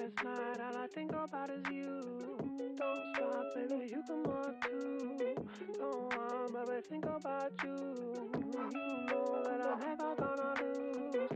last night, all I think about is you. Don't stop, baby, you come on too. Don't want, baby, think about you. You know that I'm never gonna lose.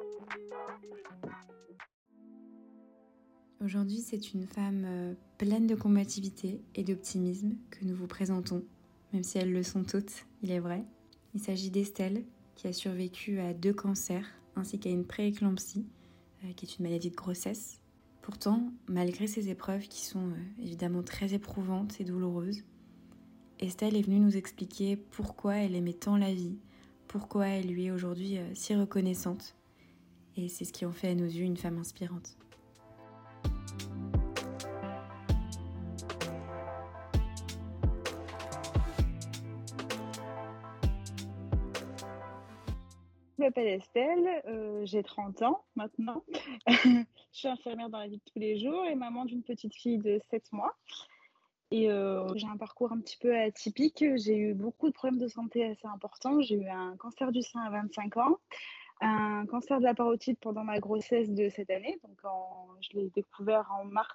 Aujourd'hui, c'est une femme pleine de combativité et d'optimisme que nous vous présentons, même si elles le sont toutes, il est vrai. Il s'agit d'Estelle, qui a survécu à 2 cancers, ainsi qu'à une prééclampsie, qui est une maladie de grossesse. Pourtant, malgré ces épreuves qui sont évidemment très éprouvantes et douloureuses, Estelle est venue nous expliquer pourquoi elle aimait tant la vie, pourquoi elle lui est aujourd'hui si reconnaissante. Et c'est ce qui en fait à nos yeux une femme inspirante. Je m'appelle Estelle, j'ai 30 ans maintenant. Je suis infirmière dans la vie de tous les jours et maman d'une petite fille de 7 mois. Et j'ai un parcours un petit peu atypique. J'ai eu beaucoup de problèmes de santé assez importants. J'ai eu un cancer du sein à 25 ans, un cancer de la parotide pendant ma grossesse de cette année. Donc je l'ai découvert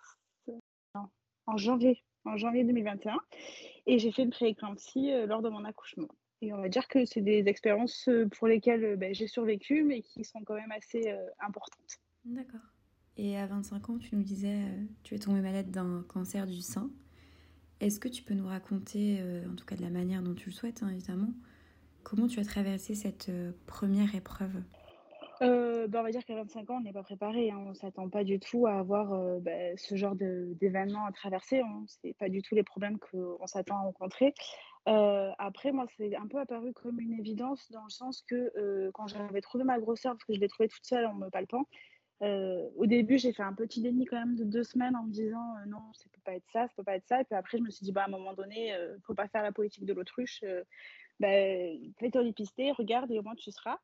en janvier 2021. Et j'ai fait une prééclampsie lors de mon accouchement. Et on va dire que c'est des expériences pour lesquelles j'ai survécu, mais qui sont quand même assez importantes. D'accord. Et à 25 ans, tu nous disais, tu es tombée malade d'un cancer du sein. Est-ce que tu peux nous raconter, en tout cas de la manière dont tu le souhaites, hein, évidemment, comment tu as traversé cette première épreuve ? On va dire qu'à 25 ans, on n'est pas préparé. On ne s'attend pas du tout à avoir ce genre d'événements à traverser. Ce n'est pas du tout les problèmes qu'on s'attend à rencontrer. Après, moi, c'est un peu apparu comme une évidence dans le sens que quand j'avais trouvé ma grosseur, parce que je l'ai trouvée toute seule en me palpant, au début, j'ai fait un petit déni quand même de 2 semaines en me disant non, ça peut pas être ça, ça peut pas être ça. Et puis après, je me suis dit, à un moment donné, faut pas faire la politique de l'autruche. Fais ton dépister, regarde et au moins tu seras.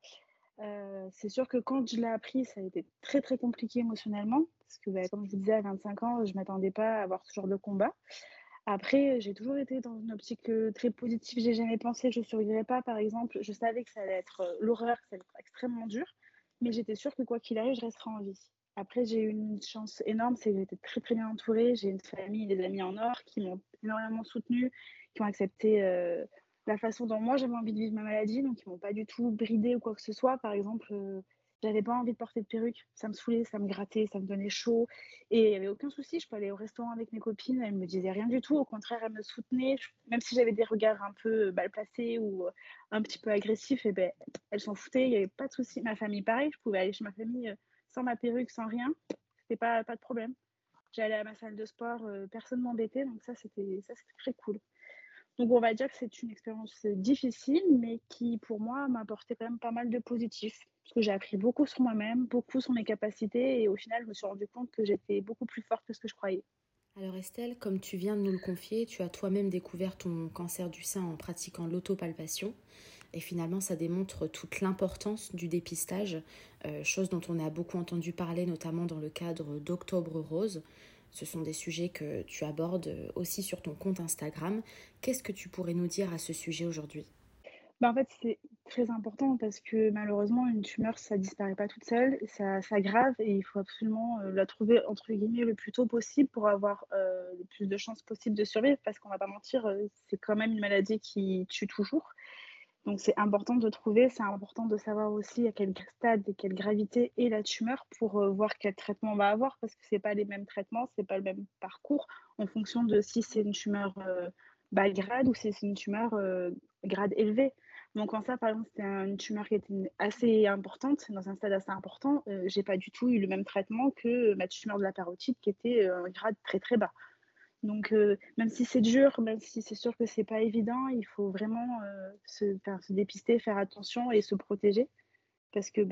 C'est sûr que quand je l'ai appris, ça a été très très compliqué émotionnellement parce que comme je vous disais, à 25 ans, je m'attendais pas à avoir ce genre de combat. Après, j'ai toujours été dans une optique très positive. J'ai jamais pensé que je survivrais pas, par exemple. Je savais que ça allait être l'horreur, que ça allait être extrêmement dur, mais j'étais sûre que quoi qu'il arrive, je resterais en vie. Après, j'ai eu une chance énorme, c'est que j'étais très très bien entourée. J'ai une famille et des amis en or qui m'ont énormément soutenue, qui ont accepté la façon dont moi j'avais envie de vivre ma maladie, donc ils m'ont pas du tout bridée ou quoi que ce soit. Par exemple, j'avais pas envie de porter de perruque, ça me saoulait, ça me grattait, ça me donnait chaud. Et il n'y avait aucun souci, je peux aller au restaurant avec mes copines, elles me disaient rien du tout, au contraire, elles me soutenaient. Même si j'avais des regards un peu mal placés ou un petit peu agressifs, et elles s'en foutaient, il n'y avait pas de souci. Ma famille, pareil, je pouvais aller chez ma famille sans ma perruque, sans rien, c'était pas de problème. J'allais à ma salle de sport, personne ne m'embêtait, donc ça c'était très cool. Donc on va dire que c'est une expérience difficile, mais qui pour moi m'a apporté quand même pas mal de positifs. Parce que j'ai appris beaucoup sur moi-même, beaucoup sur mes capacités, et au final je me suis rendu compte que j'étais beaucoup plus forte que ce que je croyais. Alors Estelle, comme tu viens de nous le confier, tu as toi-même découvert ton cancer du sein en pratiquant l'autopalpation. Et finalement, ça démontre toute l'importance du dépistage, chose dont on a beaucoup entendu parler, notamment dans le cadre d'Octobre Rose. Ce sont des sujets que tu abordes aussi sur ton compte Instagram. Qu'est-ce que tu pourrais nous dire à ce sujet aujourd'hui ? En fait, c'est très important parce que malheureusement, une tumeur, ça disparaît pas toute seule, ça s'aggrave et il faut absolument la trouver entre guillemets le plus tôt possible pour avoir le plus de chances possible de survivre parce qu'on va pas mentir, c'est quand même une maladie qui tue toujours. Donc c'est important de trouver, c'est important de savoir aussi à quel stade et quelle gravité est la tumeur pour voir quel traitement on va avoir parce que c'est pas les mêmes traitements, c'est pas le même parcours en fonction de si c'est une tumeur bas grade ou si c'est une tumeur grade élevé. Donc en ça, par exemple, c'était une tumeur qui était assez importante, dans un stade assez important. J'ai pas du tout eu le même traitement que ma tumeur de la parotide qui était un grade très très bas. Donc même si c'est dur, même si c'est sûr que c'est pas évident, il faut vraiment se dépister, faire attention et se protéger. Parce que,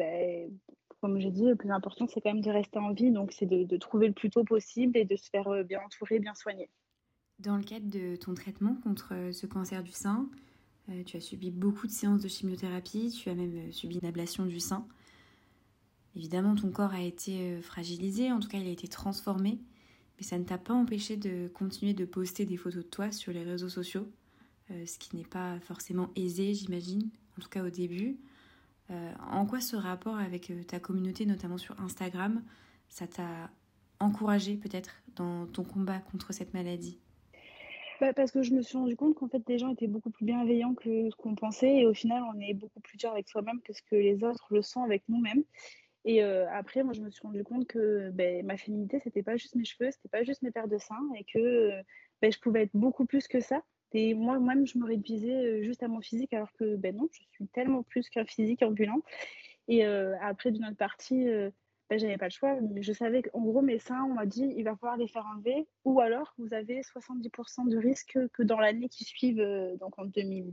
comme j'ai dit, le plus important, c'est quand même de rester en vie. Donc c'est de trouver le plus tôt possible et de se faire bien entourer, bien soigner. Dans le cadre de ton traitement contre ce cancer du sein, tu as subi beaucoup de séances de chimiothérapie, tu as même subi une ablation du sein. Évidemment, ton corps a été fragilisé, en tout cas il a été transformé, mais ça ne t'a pas empêché de continuer de poster des photos de toi sur les réseaux sociaux, ce qui n'est pas forcément aisé, j'imagine, en tout cas au début. En quoi ce rapport avec ta communauté, notamment sur Instagram, ça t'a encouragé peut-être dans ton combat contre cette maladie? Parce que je me suis rendu compte qu'en fait, les gens étaient beaucoup plus bienveillants que ce qu'on pensait et au final, on est beaucoup plus dur avec soi-même que ce que les autres le sont avec nous-mêmes. Et après, moi, je me suis rendu compte que ma féminité, c'était pas juste mes cheveux, c'était pas juste mes paires de seins et que je pouvais être beaucoup plus que ça. Et moi-même, je me réduisais juste à mon physique alors que non, je suis tellement plus qu'un physique ambulant. Et après, d'une autre partie, j'avais pas le choix, mais je savais qu'en gros, mes seins, on m'a dit: «Il va falloir les faire enlever ou alors vous avez 70 de risque que dans l'année qui suive», donc en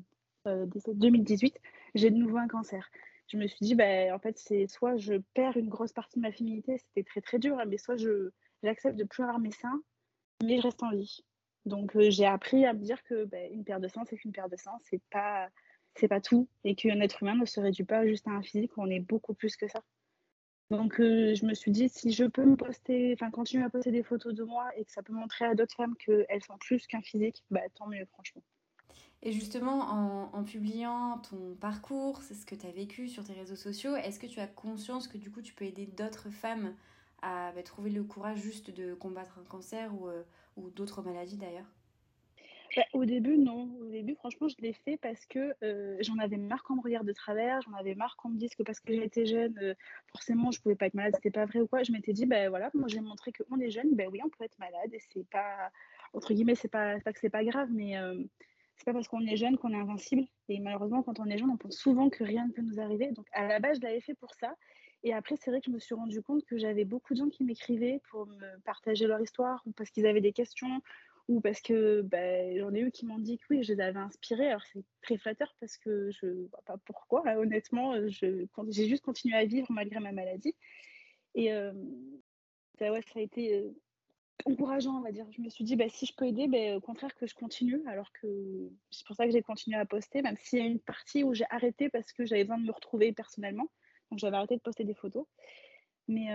2018, j'ai de nouveau un cancer. Je me suis dit: en fait, c'est soit je perds une grosse partie de ma féminité», c'était très, très dur, hein, mais soit j'accepte de plus avoir mes seins, mais je reste en vie. Donc j'ai appris à me dire que, une paire de seins, c'est qu'une paire de seins, c'est pas tout et qu'un être humain ne se réduit pas juste à un physique, on est beaucoup plus que ça. Donc je me suis dit: «Si je peux continuer à poster des photos de moi et que ça peut montrer à d'autres femmes qu'elles sont plus qu'un physique, tant mieux franchement». Et justement, en publiant ton parcours, c'est ce que tu as vécu sur tes réseaux sociaux, est-ce que tu as conscience que du coup tu peux aider d'autres femmes à trouver le courage juste de combattre un cancer ou d'autres maladies d'ailleurs? Au début, non. Au début, franchement, je l'ai fait parce que, j'en avais marre qu'on me regarde de travers, j'en avais marre qu'on me dise que parce que j'étais jeune, forcément je pouvais pas être malade, c'était pas vrai ou quoi. Je m'étais dit: voilà, moi je vais montrer qu'on est jeune, oui, on peut être malade et c'est pas entre guillemets, c'est pas que c'est pas grave, mais, c'est pas parce qu'on est jeune qu'on est invincible et malheureusement, quand on est jeune, on pense souvent que rien ne peut nous arriver. Donc à la base, je l'avais fait pour ça et après, c'est vrai que je me suis rendu compte que j'avais beaucoup de gens qui m'écrivaient pour me partager leur histoire ou parce qu'ils avaient des questions ou parce que j'en ai eu qui m'ont dit que oui, je les avais inspirés. Alors c'est très flatteur parce que je vois pas pourquoi, hein, honnêtement, j'ai juste continué à vivre malgré ma maladie et ça a été, encourageant, on va dire. Je me suis dit: «Si je peux aider, au contraire que je continue». Alors que c'est pour ça que j'ai continué à poster, même s'il y a une partie où j'ai arrêté parce que j'avais besoin de me retrouver personnellement. Donc j'avais arrêté de poster des photos. Mais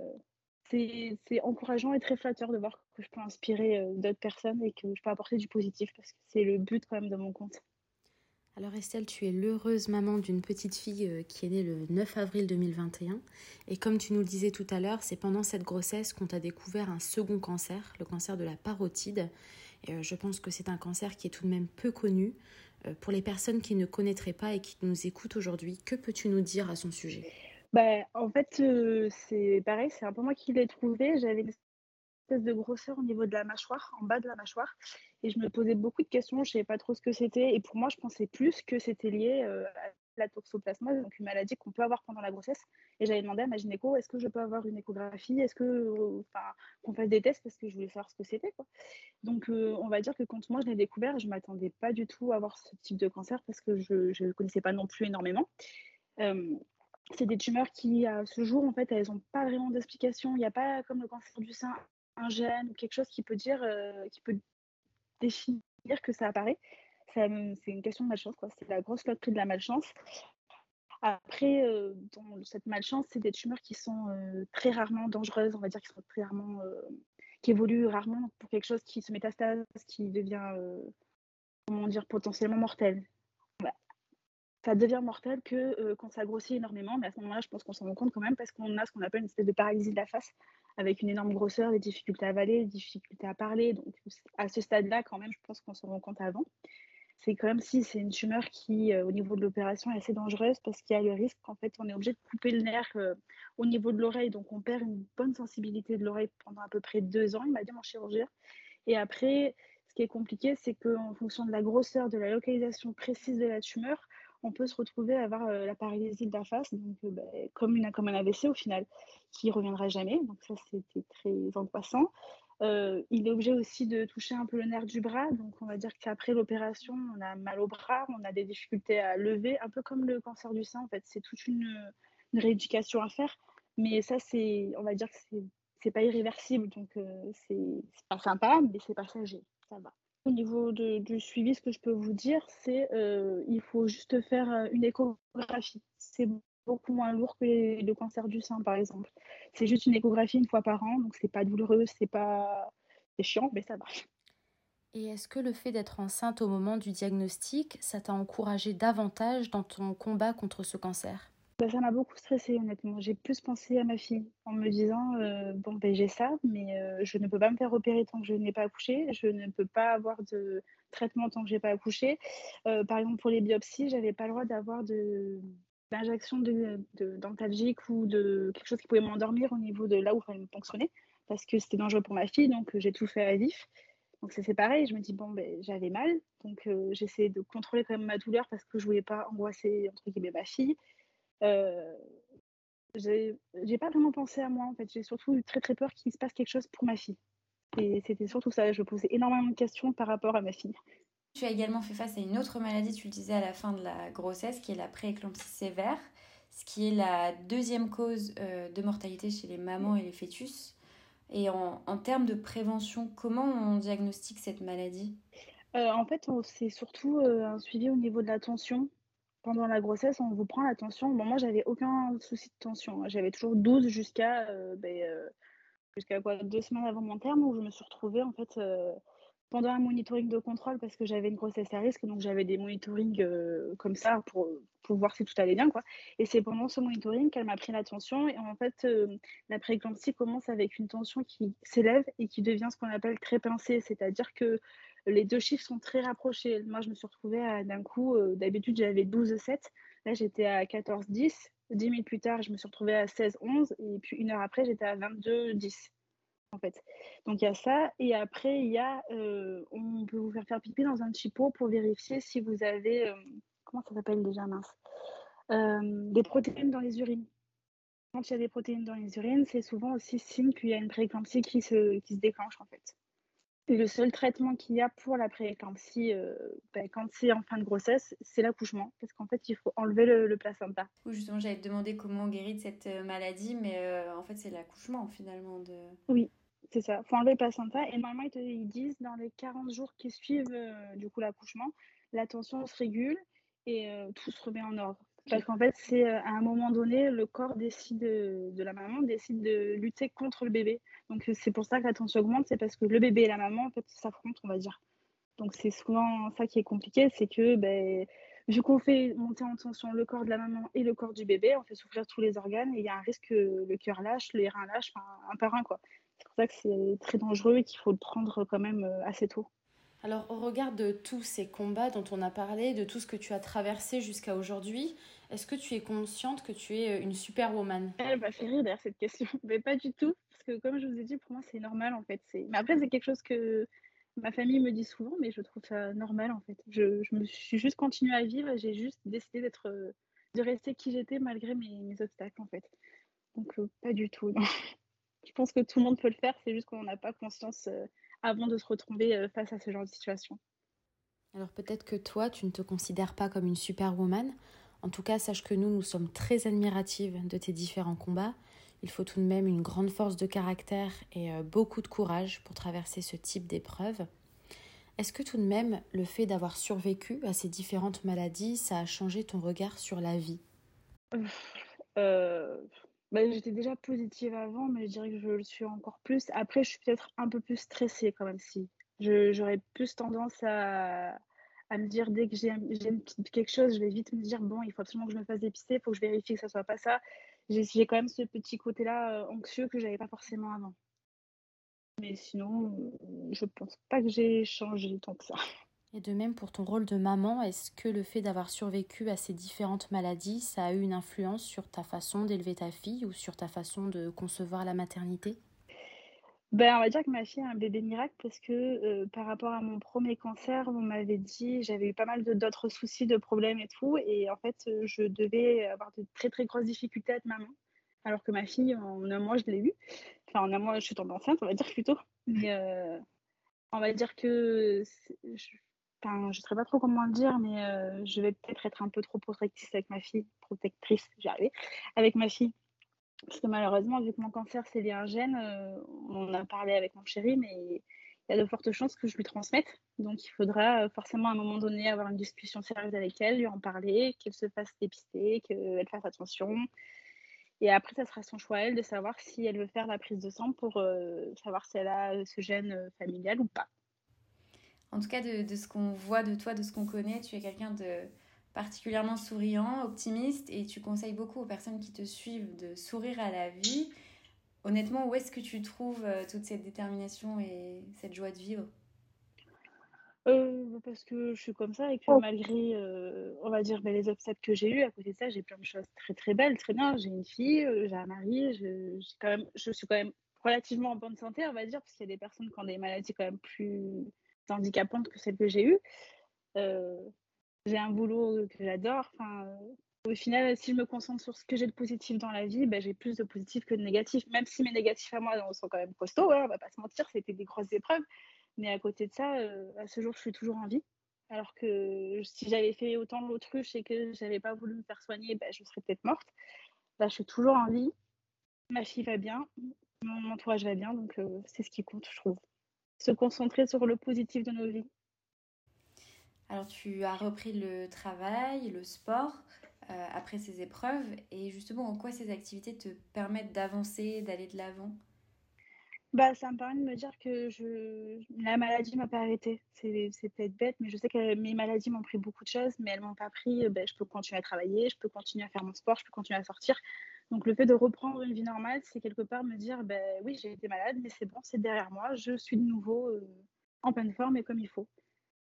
c'est encourageant et très flatteur de voir que je peux inspirer, d'autres personnes et que je peux apporter du positif parce que c'est le but quand même de mon compte. Alors Estelle, tu es l'heureuse maman d'une petite fille qui est née le 9 avril 2021. Et comme tu nous le disais tout à l'heure, c'est pendant cette grossesse qu'on t'a découvert un second cancer, le cancer de la parotide. Et je pense que c'est un cancer qui est tout de même peu connu. Pour les personnes qui ne connaîtraient pas et qui nous écoutent aujourd'hui, que peux-tu nous dire à son sujet ? En fait, c'est pareil, c'est un peu moi qui l'ai trouvé. J'avais une espèce de grosseur au niveau de la mâchoire, en bas de la mâchoire et je me posais beaucoup de questions, je savais pas trop ce que c'était et pour moi, je pensais plus que c'était lié, à la toxoplasmose, donc une maladie qu'on peut avoir pendant la grossesse et j'avais demandé à ma gynéco: «Est-ce que je peux avoir une échographie? Est-ce que, qu'on fasse des tests?» parce que je voulais savoir ce que c'était, quoi. Donc on va dire que quand moi je l'ai découvert, je m'attendais pas du tout à avoir ce type de cancer parce que je connaissais pas non plus énormément. Hem, c'est des tumeurs qui, à ce jour, en fait, elles ont pas vraiment d'explication. Il y a pas comme le cancer du sein, un gène ou quelque chose qui peut définir que ça apparaît. C'est une question de malchance, quoi. C'est la grosse loterie de la malchance. Après, dans cette malchance, c'est des tumeurs qui sont, très rarement dangereuses, on va dire, qui sont très rarement, qui évoluent rarement pour quelque chose qui se métastase, qui devient, comment dire? Potentiellement mortel. Ça devient mortel que, quand ça grossit énormément, mais à ce moment-là, je pense qu'on s'en rend compte quand même parce qu'on a ce qu'on appelle une espèce de paralysie de la face avec une énorme grosseur, des difficultés à avaler, des difficultés à parler. Donc à ce stade-là, quand même, je pense qu'on s'en rend compte avant. C'est quand même si c'est une tumeur qui, au niveau de l'opération est assez dangereuse parce qu'il y a le risque qu'en fait, on est obligé de couper le nerf, au niveau de l'oreille. Donc on perd une bonne sensibilité de l'oreille pendant à peu près 2 ans, il m'a dit mon chirurgien et après, ce qui est compliqué, c'est qu'en fonction de la grosseur, de la localisation précise de la tumeur, on peut se retrouver à avoir, la paralysie de la face, donc comme un AVC au final, qui reviendra jamais, donc ça, c'était très angoissant. Il est obligé aussi de toucher un peu le nerf du bras, donc on va dire qu'après l'opération, on a mal au bras, on a des difficultés à lever, un peu comme le cancer du sein, en fait. C'est toute une rééducation à faire, mais ça, on va dire que c'est pas irréversible, donc c'est pas sympa, mais c'est passager, ça va. Au niveau du suivi, ce que je peux vous dire, c'est, il faut juste faire, une échographie. C'est beaucoup moins lourd que le cancer du sein, par exemple. C'est juste une échographie une fois par an, donc c'est pas douloureux, c'est chiant, mais ça va. Et est-ce que le fait d'être enceinte au moment du diagnostic, ça t'a encouragé davantage dans ton combat contre ce cancer ? Bah, ça m'a beaucoup stressée honnêtement. J'ai plus pensé à ma fille en me disant, «Bon, beh, j'ai ça, mais je ne peux pas me faire opérer tant que je n'ai pas accouché. Je ne peux pas avoir de traitement tant que j'ai pas accouché». Par exemple, pour les biopsies, j'avais pas le droit d'avoir d'injection de dentalgique ou de quelque chose qui pouvait m'endormir au niveau de là où il fallait me ponctionner, parce que c'était dangereux pour ma fille, donc j'ai tout fait à vif. Donc ça, c'est pareil, je me dis: «Bon, beh, j'avais mal», donc j'essayais de contrôler quand même ma douleur parce que je voulais pas «angoisser» entre guillemets ma fille. Heu, j'ai pas vraiment pensé à moi, en fait. J'ai surtout eu très, très peur qu'il se passe quelque chose pour ma fille et c'était surtout ça. Je me posais énormément de questions par rapport à ma fille. Tu as également fait face à une autre maladie, tu le disais à la fin de la grossesse, qui est la prééclampsie sévère, ce qui est la deuxième cause de mortalité chez les mamans et les fœtus. Et en termes de prévention, comment on diagnostique cette maladie? En fait, c'est surtout, un suivi au niveau de la tension. Pendant la grossesse, on vous prend la tension. Bon, moi, j'avais aucun souci de tension, hein. J'avais toujours 12 jusqu'à quoi? 2 semaines avant mon terme où je me suis retrouvée en fait, pendant un monitoring de contrôle parce que j'avais une grossesse à risque, donc j'avais des monitorings, comme ça pour voir si tout allait bien, quoi et c'est pendant ce monitoring qu'elle m'a pris la tension et en fait, la prééclampsie commence avec une tension qui s'élève et qui devient ce qu'on appelle très pincée. C'est-à-dire que les 2 chiffres sont très rapprochés. Moi, je me suis retrouvée à d'un coup, d'habitude j'avais 12,7, là j'étais à 14,10. 10 minutes plus tard, je me suis retrouvée à 16,11 et puis 1 heure après, j'étais à 22,10 en fait. Donc il y a ça et après il y a, on peut vous faire pipi dans un petit pot pour vérifier si vous avez, comment ça s'appelle déjà mince? Des protéines dans les urines. Quand il y a des protéines dans les urines, c'est souvent aussi signe qu'il y a une prééclampsie qui se déclenche en fait. Et le seul traitement qu'il y a pour la prééclampsie, quand c'est en fin de grossesse, c'est l'accouchement parce qu'en fait, il faut enlever le placenta. Oui, justement, j'allais te demander comment on guérit de cette maladie, mais en fait, c'est l'accouchement finalement de... Oui, c'est ça. Faut enlever le placenta et normalement ils disent dans les 40 jours qui suivent, du coup l'accouchement, la tension se régule et tout se remet en ordre. Parce qu'en fait, c'est, à un moment donné, le corps décide, de la maman décide de lutter contre le bébé. Donc c'est pour ça que la tension augmente, c'est parce que le bébé et la maman, en fait, s'affrontent, on va dire. Donc c'est souvent ça qui est compliqué, c'est que, beh, vu qu'on fait monter en tension le corps de la maman et le corps du bébé, on fait souffrir tous les organes et il y a un risque que le cœur lâche, les reins lâchent, enfin, un par un, quoi. C'est pour ça que c'est très dangereux et qu'il faut le prendre quand même, assez tôt. Alors, au regard de tous ces combats dont on a parlé, de tout ce que tu as traversé jusqu'à aujourd'hui, est-ce que tu es consciente que tu es une superwoman? Elle m'a fait rire d'ailleurs cette question, mais pas du tout, parce que comme je vous ai dit, pour moi, c'est normal, en fait. Mais après, c'est quelque chose que ma famille me dit souvent, mais je trouve ça normal, en fait. Je me suis juste continuée à vivre et j'ai juste décidé de rester qui j'étais malgré mes obstacles, en fait. Donc pas du tout, non. Je pense que tout le monde peut le faire, c'est juste qu'on n'a pas conscience, avant de se retrouver, face à ce genre de situation. Alors peut-être que toi, tu ne te considères pas comme une superwoman. En tout cas, sache que nous sommes très admiratives de tes différents combats. Il faut tout de même une grande force de caractère et beaucoup de courage pour traverser ce type d'épreuve. Est-ce que tout de même, le fait d'avoir survécu à ces différentes maladies, ça a changé ton regard sur la vie? Heu, J'étais déjà positive avant, mais je dirais que je le suis encore plus. Après, je suis peut-être un peu plus stressée quand même, si. J'aurais plus tendance à me dire dès que j'ai une petite quelque chose, je vais vite me dire: «Bon, il faut absolument que je me fasse dépister, il faut que je vérifie que ça soit pas ça». J'ai quand même ce petit côté-là, anxieux que j'avais pas forcément avant. Mais sinon, je pense pas que j'ai changé tant que ça. Et de même pour ton rôle de maman, est-ce que le fait d'avoir survécu à ces différentes maladies, ça a eu une influence sur ta façon d'élever ta fille ou sur ta façon de concevoir la maternité? Ben, on va dire que ma fille a un bébé miracle parce que, par rapport à mon premier cancer, on m'avait dit j'avais eu pas mal d'autres soucis, de problèmes et tout et en fait, je devais avoir de très, très grosses difficultés à être maman. Alors que ma fille, en un mois, je l'ai eue. Enfin, en un mois, je suis tombée enceinte, on va dire plutôt. Mais, on va dire que c'est je saurais pas trop comment le dire, mais, je vais peut-être être un peu trop protectrice, j'y arrivais, avec ma fille. Parce que malheureusement, vu que mon cancer, c'est lié à un gène, on en a parlé avec mon chéri, mais il y a de fortes chances que je lui transmette. Donc il faudra, forcément à un moment donné avoir une discussion sérieuse avec elle, lui en parler, qu'elle se fasse dépister, qu'elle fasse attention et après ça sera son choix à elle de savoir si elle veut faire la prise de sang pour, savoir si elle a, ce gène, familial ou pas. En tout cas, de ce qu'on voit de toi, de ce qu'on connaît, tu es quelqu'un particulièrement souriant, optimiste, et tu conseilles beaucoup aux personnes qui te suivent de sourire à la vie. Honnêtement, où est-ce que tu trouves toute cette détermination et cette joie de vivre? Parce que je suis comme ça et que malgré, on va dire, les obstacles que j'ai eus, à côté de ça, j'ai plein de choses très, très belles, très bien. J'ai une fille, j'ai un mari, je suis quand même relativement en bonne santé, on va dire, parce qu'il y a des personnes qui ont des maladies quand même plus handicapantes que celles que j'ai eues. Heu, j'ai un boulot que j'adore, enfin, au final, si je me concentre sur ce que j'ai de positif dans la vie, j'ai plus de positif que de négatif. Même si mes négatifs à moi sont quand même costauds, hein, on va pas se mentir, c'était des grosses épreuves. Mais à côté de ça, à ce jour, je suis toujours en vie. Alors que si j'avais fait autant l'autruche et que j'avais pas voulu me faire soigner, je serais peut-être morte. Là, je suis toujours en vie, ma fille va bien, mon entourage va bien, donc c'est ce qui compte, je trouve. Se concentrer sur le positif de nos vies. Alors, tu as repris le travail, le sport, après ces épreuves. Et justement, en quoi ces activités te permettent d'avancer, d'aller de l'avant? Ça me permet de me dire que la maladie m'a pas arrêtée. C'est peut-être bête, mais je sais que mes maladies m'ont pris beaucoup de choses, mais elles m'ont pas pris, je peux continuer à travailler, je peux continuer à faire mon sport, je peux continuer à sortir. Donc le fait de reprendre une vie normale, c'est quelque part me dire: oui, j'ai été malade, mais c'est bon, c'est derrière moi, je suis de nouveau, en pleine forme et comme il faut».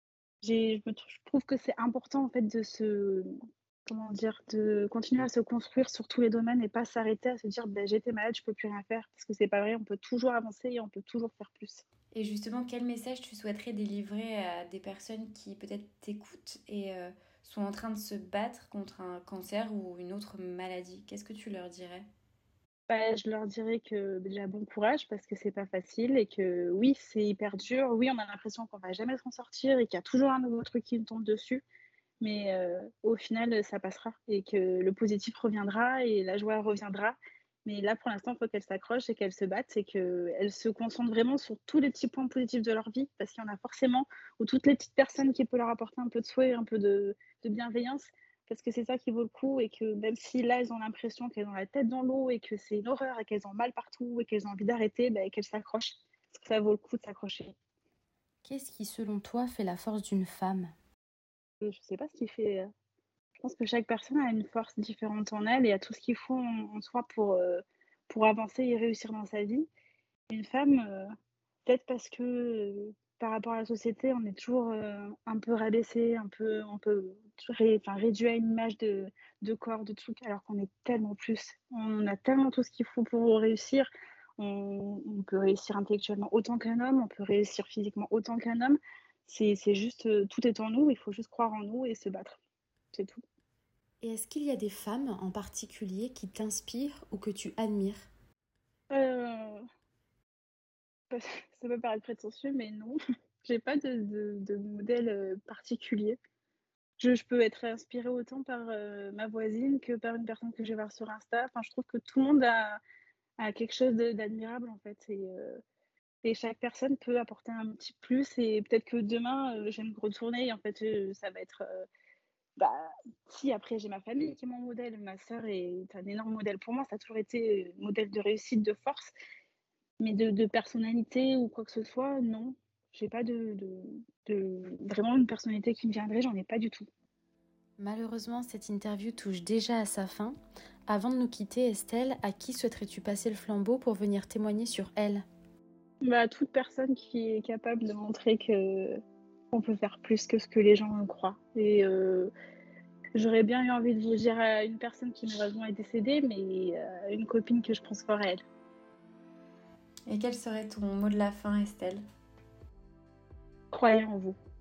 Je trouve que c'est important en fait de se comment dire? De continuer à se construire sur tous les domaines et pas s'arrêter à se dire: «J'ai été malade, je peux plus rien faire». Parce que c'est pas vrai, on peut toujours avancer et on peut toujours faire plus. Et justement, quel message tu souhaiterais délivrer à des personnes qui peut-être t'écoutent et sont en train de se battre contre un cancer ou une autre maladie? Qu'est-ce que tu leur dirais? Je leur dirais que déjà bon courage parce que c'est pas facile et que oui, c'est hyper dur. Oui, on a l'impression qu'on va jamais s'en sortir et qu'il y a toujours un nouveau truc qui nous tombe dessus. Mais au final, ça passera et que le positif reviendra et la joie reviendra. Mais là, pour l'instant, il faut qu'elles s'accrochent et qu'elles se battent et qu'elles se concentrent vraiment sur tous les petits points positifs de leur vie parce qu'il y en a forcément ou toutes les petites personnes qui peuvent leur apporter un peu de soin, un peu de bienveillance parce que c'est ça qui vaut le coup et que même si là, elles ont l'impression qu'elles ont la tête dans l'eau et que c'est une horreur et qu'elles ont mal partout et qu'elles ont envie d'arrêter, qu'elles s'accrochent parce que ça vaut le coup de s'accrocher. Qu'est-ce qui, selon toi, fait la force d'une femme? Et je sais pas ce qui fait, je pense que chaque personne a une force différente en elle et a tout ce qu'il faut en soi pour avancer et réussir dans sa vie. Une femme, peut-être parce que, par rapport à la société, on est toujours, un peu rabaissé, un peu réduit à une image de corps, de trucs, alors qu'on est tellement plus. On a tellement tout ce qu'il faut pour réussir. On peut réussir intellectuellement autant qu'un homme, on peut réussir physiquement autant qu'un homme. C'est juste, tout est en nous, il faut juste croire en nous et se battre. C'est tout. Et est-ce qu'il y a des femmes en particulier qui t'inspirent ou que tu admires? Heu, ça peut paraître prétentieux, mais non, j'ai pas de modèle, particulier. Je peux être inspirée autant par, ma voisine que par une personne que je vais voir sur Insta. Enfin, je trouve que tout le monde a quelque chose d'admirable, en fait et chaque personne peut apporter un petit plus et peut-être que demain, je vais me retourner et en fait, ça va être, bah, si après j'ai ma famille qui est mon modèle. Ma sœur est un énorme modèle pour moi, ça a toujours été, modèle de réussite, de force. Mais de personnalité ou quoi que ce soit, non. J'ai pas de vraiment une personnalité qui me viendrait, j'en ai pas du tout. Malheureusement, cette interview touche déjà à sa fin. Avant de nous quitter, Estelle, à qui souhaiterais-tu passer le flambeau pour venir témoigner sur elle? Toute personne qui est capable de montrer que on peut faire plus que ce que les gens croient et j'aurais bien eu envie de vous dire à une personne qui malheureusement est décédée, mais une copine que je pense fort à elle. Et quel serait ton mot de la fin, Estelle? Croyez en vous.